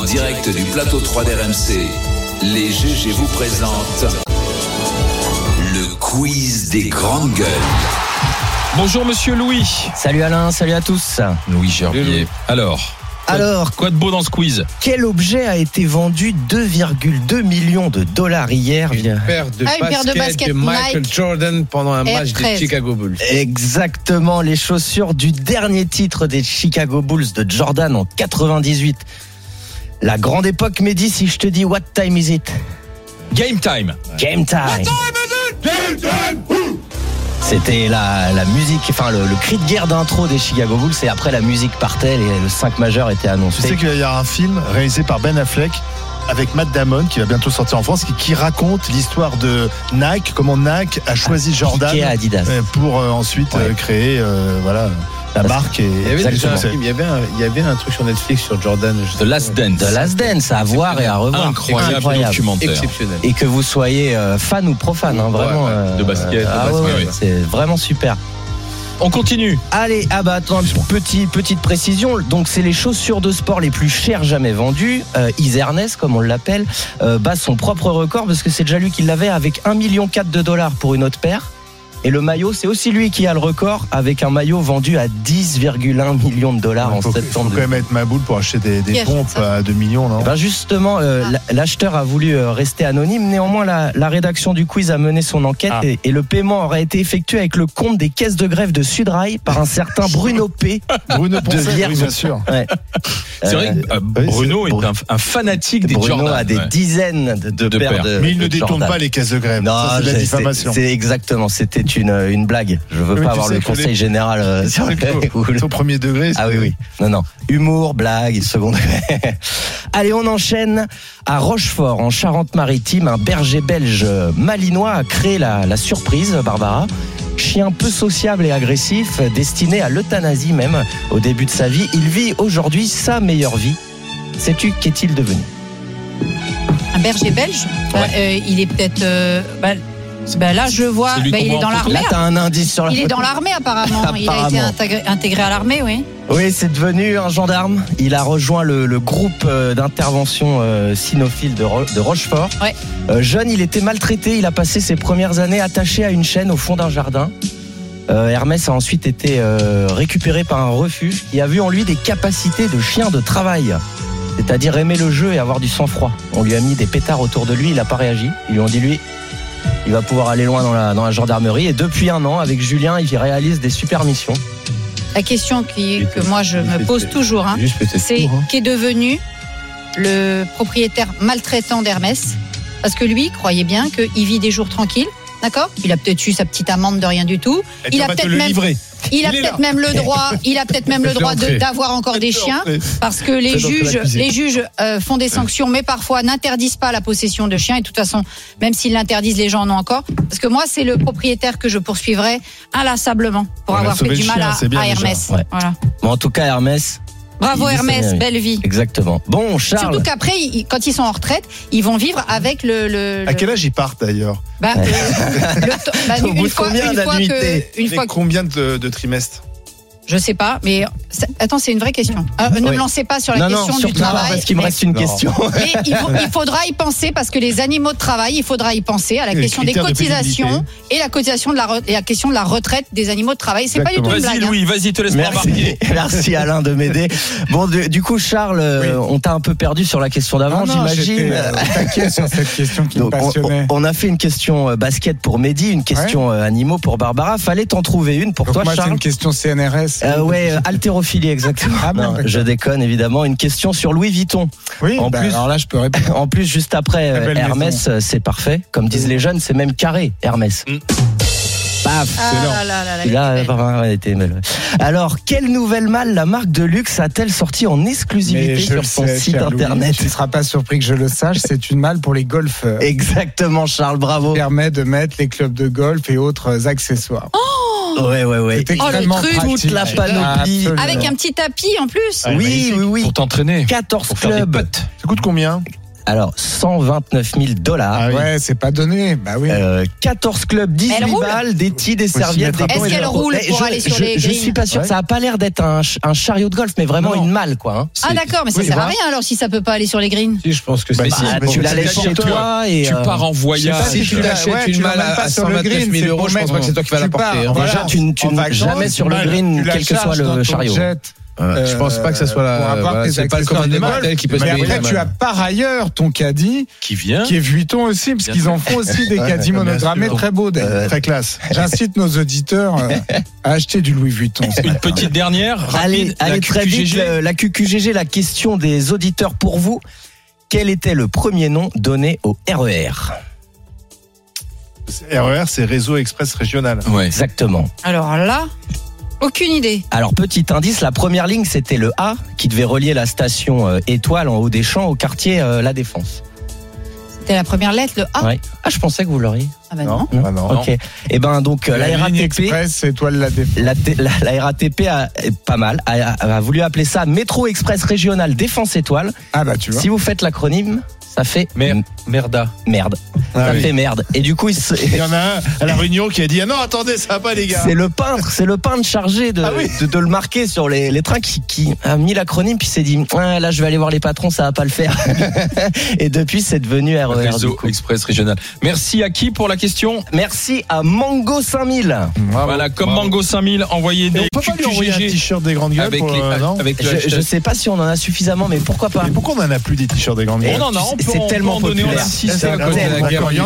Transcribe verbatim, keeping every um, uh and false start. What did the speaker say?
En direct du plateau trois d'R M C, les G G vous présentent le quiz des grandes gueules. Bonjour Monsieur Louis. Salut Alain, salut à tous. Louis Gerbier. Alors quoi, Alors, quoi de beau dans ce quiz? Quel objet a été vendu deux virgule deux millions de dollars hier? Une paire de, ah, une basket, paire de basket de Michael Nike Jordan pendant un Air match treize. des Chicago Bulls. Exactement, les chaussures du dernier titre des Chicago Bulls de Jordan en quatre-vingt-dix-huit. La grande époque, Mehdi, si je te dis what time is it? Game time. Game time. C'était la, la musique, enfin le, le cri de guerre d'intro des Chicago Bulls, et après la musique partait et le cinq majeur était annoncé. Tu sais qu'il va y avoir un film réalisé par Ben Affleck avec Matt Damon qui va bientôt sortir en France, qui, qui raconte l'histoire de Nike, comment Nike a choisi Jordan Piqué à Adidas. pour euh, ensuite Ouais. euh, créer euh, voilà, la marque. Et Il y avait déjà un Exactement. film, il y avait un, il y avait un truc sur Netflix sur Jordan. je sais The Last pas. Dance. The Last Dance, à voir et à revoir. Incroyable, documentaire. Exceptionnel. Et que vous soyez euh, fan ou profane, hein, vraiment. Ouais, ouais. euh, De basket, ah de ouais, basket, ouais, oui. c'est vraiment super. On continue. Allez, ah bah attends, petit, petite précision. Donc c'est les chaussures de sport les plus chères jamais vendues. Euh, Ernest, comme on l'appelle, euh, bat son propre record parce que c'est déjà lui qui l'avait avec un virgule quatre million de dollars pour une autre paire. Et le maillot, c'est aussi lui qui a le record avec un maillot vendu à dix virgule un millions de dollars en Il faut, faut septembre. quand même être maboule pour acheter des, des Qui achète pompes ça à deux millions, non? Eh ben justement, euh, Ah. l'acheteur a voulu euh, rester anonyme. Néanmoins, la, la rédaction du quiz a mené son enquête Ah. et, et le paiement aurait été effectué avec le compte des caisses de grève de Sudrail par un certain Bruno P. Bruno de Poncet, oui, Vierzon. bien sûr. Ouais. C'est vrai que euh, oui, Bruno c'est- est un, un fanatique des Bruno Jordan. a des ouais. dizaines de, de De paires paires. de Mais il de ne détourne Jordan. pas les caisses de grève. Non, Ça, c'est de la c'est- diffamation. c'est exactement. C'était une, une blague. Je veux Mais pas tu avoir sais le que conseil les- général euh, sur le C'est au premier degré. Ah oui, oui. Non, non. Humour, blague, second degré. Allez, on enchaîne. À Rochefort, en Charente-Maritime, un berger belge malinois a créé la, la surprise, Barbara. Chien peu sociable et agressif, destiné à l'euthanasie même au début de sa vie. Il vit aujourd'hui sa meilleure vie. Sais-tu qu'est-il devenu? Un berger belge. Bah, euh, il est peut-être. euh, bah, bah, là, je vois. Celui Bah, qu'on il voit est dans en photo. l'armée. Là, t'as un indice sur la Il est photo. dans l'armée apparemment. Il a été Apparemment. intégré, intégré à l'armée, oui. Oui, c'est devenu un gendarme. Il a rejoint le, le groupe euh, d'intervention euh, cynophile de, Ro- de Rochefort. Ouais. Euh, jeune, il était maltraité. Il a passé ses premières années attaché à une chaîne au fond d'un jardin. Euh, Hermès a ensuite été euh, récupéré par un refuge qui a vu en lui des capacités de chien de travail. C'est-à-dire aimer le jeu et avoir du sang-froid. On lui a mis des pétards autour de lui, il n'a pas réagi. Ils lui ont dit, lui, il va pouvoir aller loin dans la, dans la gendarmerie. Et depuis un an, avec Julien, il réalise des super missions. La question qui, que moi je me pose toujours, hein, Juste peut-être. c'est qu'est devenu le propriétaire maltraitant d'Hermès. Parce que lui, croyez bien qu'il vit des jours tranquilles. D'accord? Il a peut-être eu sa petite amende de rien du tout. Et Il on a va te peut-être le même, livrer. il a Il est peut-être là. même le droit, il a peut-être même le Faites-le droit de- entrer. d'avoir encore des Faites-le chiens, entrer. parce que les Faites entrer la juges, cuisine. les juges euh, font des sanctions, mais parfois n'interdisent pas la possession de chiens. Et de toute façon, même s'ils l'interdisent, les gens en ont encore. Parce que moi, c'est le propriétaire que je poursuivrai inlassablement pour On a avoir fait sauvé du le mal chien, à, c'est bien à déjà. Hermès. Ouais. Voilà. Bon, en tout cas, Hermès. Bravo Il dit Hermès, ça, belle vie. Exactement. Bon, Charles. Surtout qu'après, ils- quand ils sont en retraite, ils vont vivre avec le. le, À le- quel âge ils partent d'ailleurs? bah, euh, le to- bah, Au bout une de fois, combien une fois d'annuités que, une Et fois que, combien de, de trimestres? je sais pas, mais c'est- attends, c'est une vraie question. Euh, ne Oui. me lancez pas sur la non, non, question du surtout pas, travail. parce qu'il me mais- reste une Non. question. mais il, faut- il faudra y penser parce que les animaux de travail, il faudra y penser à la Et les question des critères de cotisations pénibilité. et la cotisation de la, re- et la question de la retraite des animaux de travail. C'est pas du tout une Vas-y blague. hein. Louis, vas-y, te laisse pas Merci, embarquer. merci Alain de m'aider. Bon, du, du coup, Charles, euh, on t'a un peu perdu sur la question d'avant, Non, non, j'imagine. j'étais, euh, au taquet sur cette question qui Donc, me on, passionnait. on- on a fait une question euh, basket pour Mehdi, une question euh, animaux pour Barbara. Fallait t'en trouver une pour Donc toi, moi, c'est Charles. une question C N R S. Euh, ouais, euh, haltérophilie, exactement. Ah bon, Non, d'accord. je déconne évidemment. Une question sur Louis Vuitton. Oui, en bah, plus- alors là, je peux répondre. En plus, juste après Très euh, belle Hermès, maison. euh, c'est parfait. Comme disent les jeunes, c'est même carré, Hermès. Mm. Paf. Ah là là là là, Là, elle est belle. Barbara, elle était belle. Alors, quelle nouvelle malle la marque de luxe a-t-elle sorti en exclusivité Mais je sur le son sais, site cher Louis, internet? tu ne seras pas surpris que je le sache. C'est une malle pour les golfeurs. Exactement, Charles, bravo. Permet de mettre les clubs de golf et autres accessoires. Ouais, ouais, ouais. C'est Oh, le extrêmement truc. pratique. Toute la panoplie. Avec un petit tapis en plus. Ouais, Oui, magnifique. oui, oui. Pour t'entraîner. quatorze Pour faire des clubs. potes. Ça coûte combien? Alors, cent vingt-neuf mille dollars. Ah oui. Ouais, c'est pas donné. Bah oui. Euh, quatorze clubs, dix-huit Elle roule balles, des tis, des s'y serviettes, mettre des à fond Est-ce et qu'elle de- roule Mais pour je, aller sur je- les je greens suis pas sûr, Ouais. ça a pas l'air d'être un, ch- un chariot de golf, mais vraiment Non. une malle, quoi. hein. Ah d'accord, mais ça Oui, sert à voilà. rien alors si ça peut pas aller sur les greens. Si, je pense que Bah, c'est. si, Bah, mais tu bon, la c'est laisses chez porteur. toi et Tu euh, pars en voyage. si tu l'achètes ouais, une tu malle l'emmènes pas à sur le cent vingt-neuf green, mille c'est euros, pour je pense mettre- pas que c'est toi qui vas la tu porter, pars, hein. voilà, déjà, tu, ne- tu en ne- vacances, jamais sur le tu green, la quel que soit charges dans le ton chariot. jet, Ouais, je pense pas que ça soit la. pour avoir voilà, tes c'est pas le accessoires commun de des golf. mortels qui peut se Mais payer après, la tu as malle. par ailleurs ton caddie Qui vient. qui est Vuitton aussi, parce Bien qu'ils sûr. en font aussi des Ouais, caddies bien monogrammés sûr. très beaux. d'ailleurs. Très classe. J'incite nos auditeurs euh, à acheter du Louis Vuitton. Une petite dernière, rapide. Allez, la allez très vite, Q Q G G. le- la Q Q G G, la question des auditeurs pour vous. Quel était le premier nom donné au R E R? R E R, c'est Réseau Express Régional. Ouais. Exactement. Alors là, aucune idée. Alors, petit indice, la première ligne, c'était le A, qui devait relier la station euh, Étoile en haut des champs au quartier euh, La Défense. C'était la première lettre, le A. Ouais. Ah, je pensais que vous l'auriez. Ah bah non. Ah non. Ok. Et ben donc, euh, la, La ligne RATP... Express, étoile la défense. La, T- la, la R A T P a pas mal, a, a- a voulu appeler ça Métro Express Régional Défense Étoile. Ah bah tu vois. Si vous faites l'acronyme, ça fait Mer- m- Merda. merde. Ah ça oui. fait merde. Et du coup, il se- Il y en a un à la Réunion qui a dit ah non attendez ça va pas les gars. c'est le peintre, c'est le peintre chargé de, Ah oui. de, de le marquer sur les, les trains qui, qui a mis l'acronyme puis s'est dit ah, là je vais aller voir les patrons, ça va pas le faire. Et depuis c'est devenu R E R. du Réseau coup. Express Régional. Merci à qui pour la question? Merci à Mango cinq mille. Voilà, comme Mango cinq mille, envoyez Et des on peut pas lui envoyer un Q Q G G t-shirt des grandes gueules avec pour, les, euh, non avec le Je, je hashtag. sais pas si on en a suffisamment, mais pourquoi pas. Mais pourquoi on en a plus des t-shirts des grandes Et gueules On en a, on peut c'est en- tellement on peut en donner, on populaire. a six, C'est à cause de la Tellement guerre en populaire.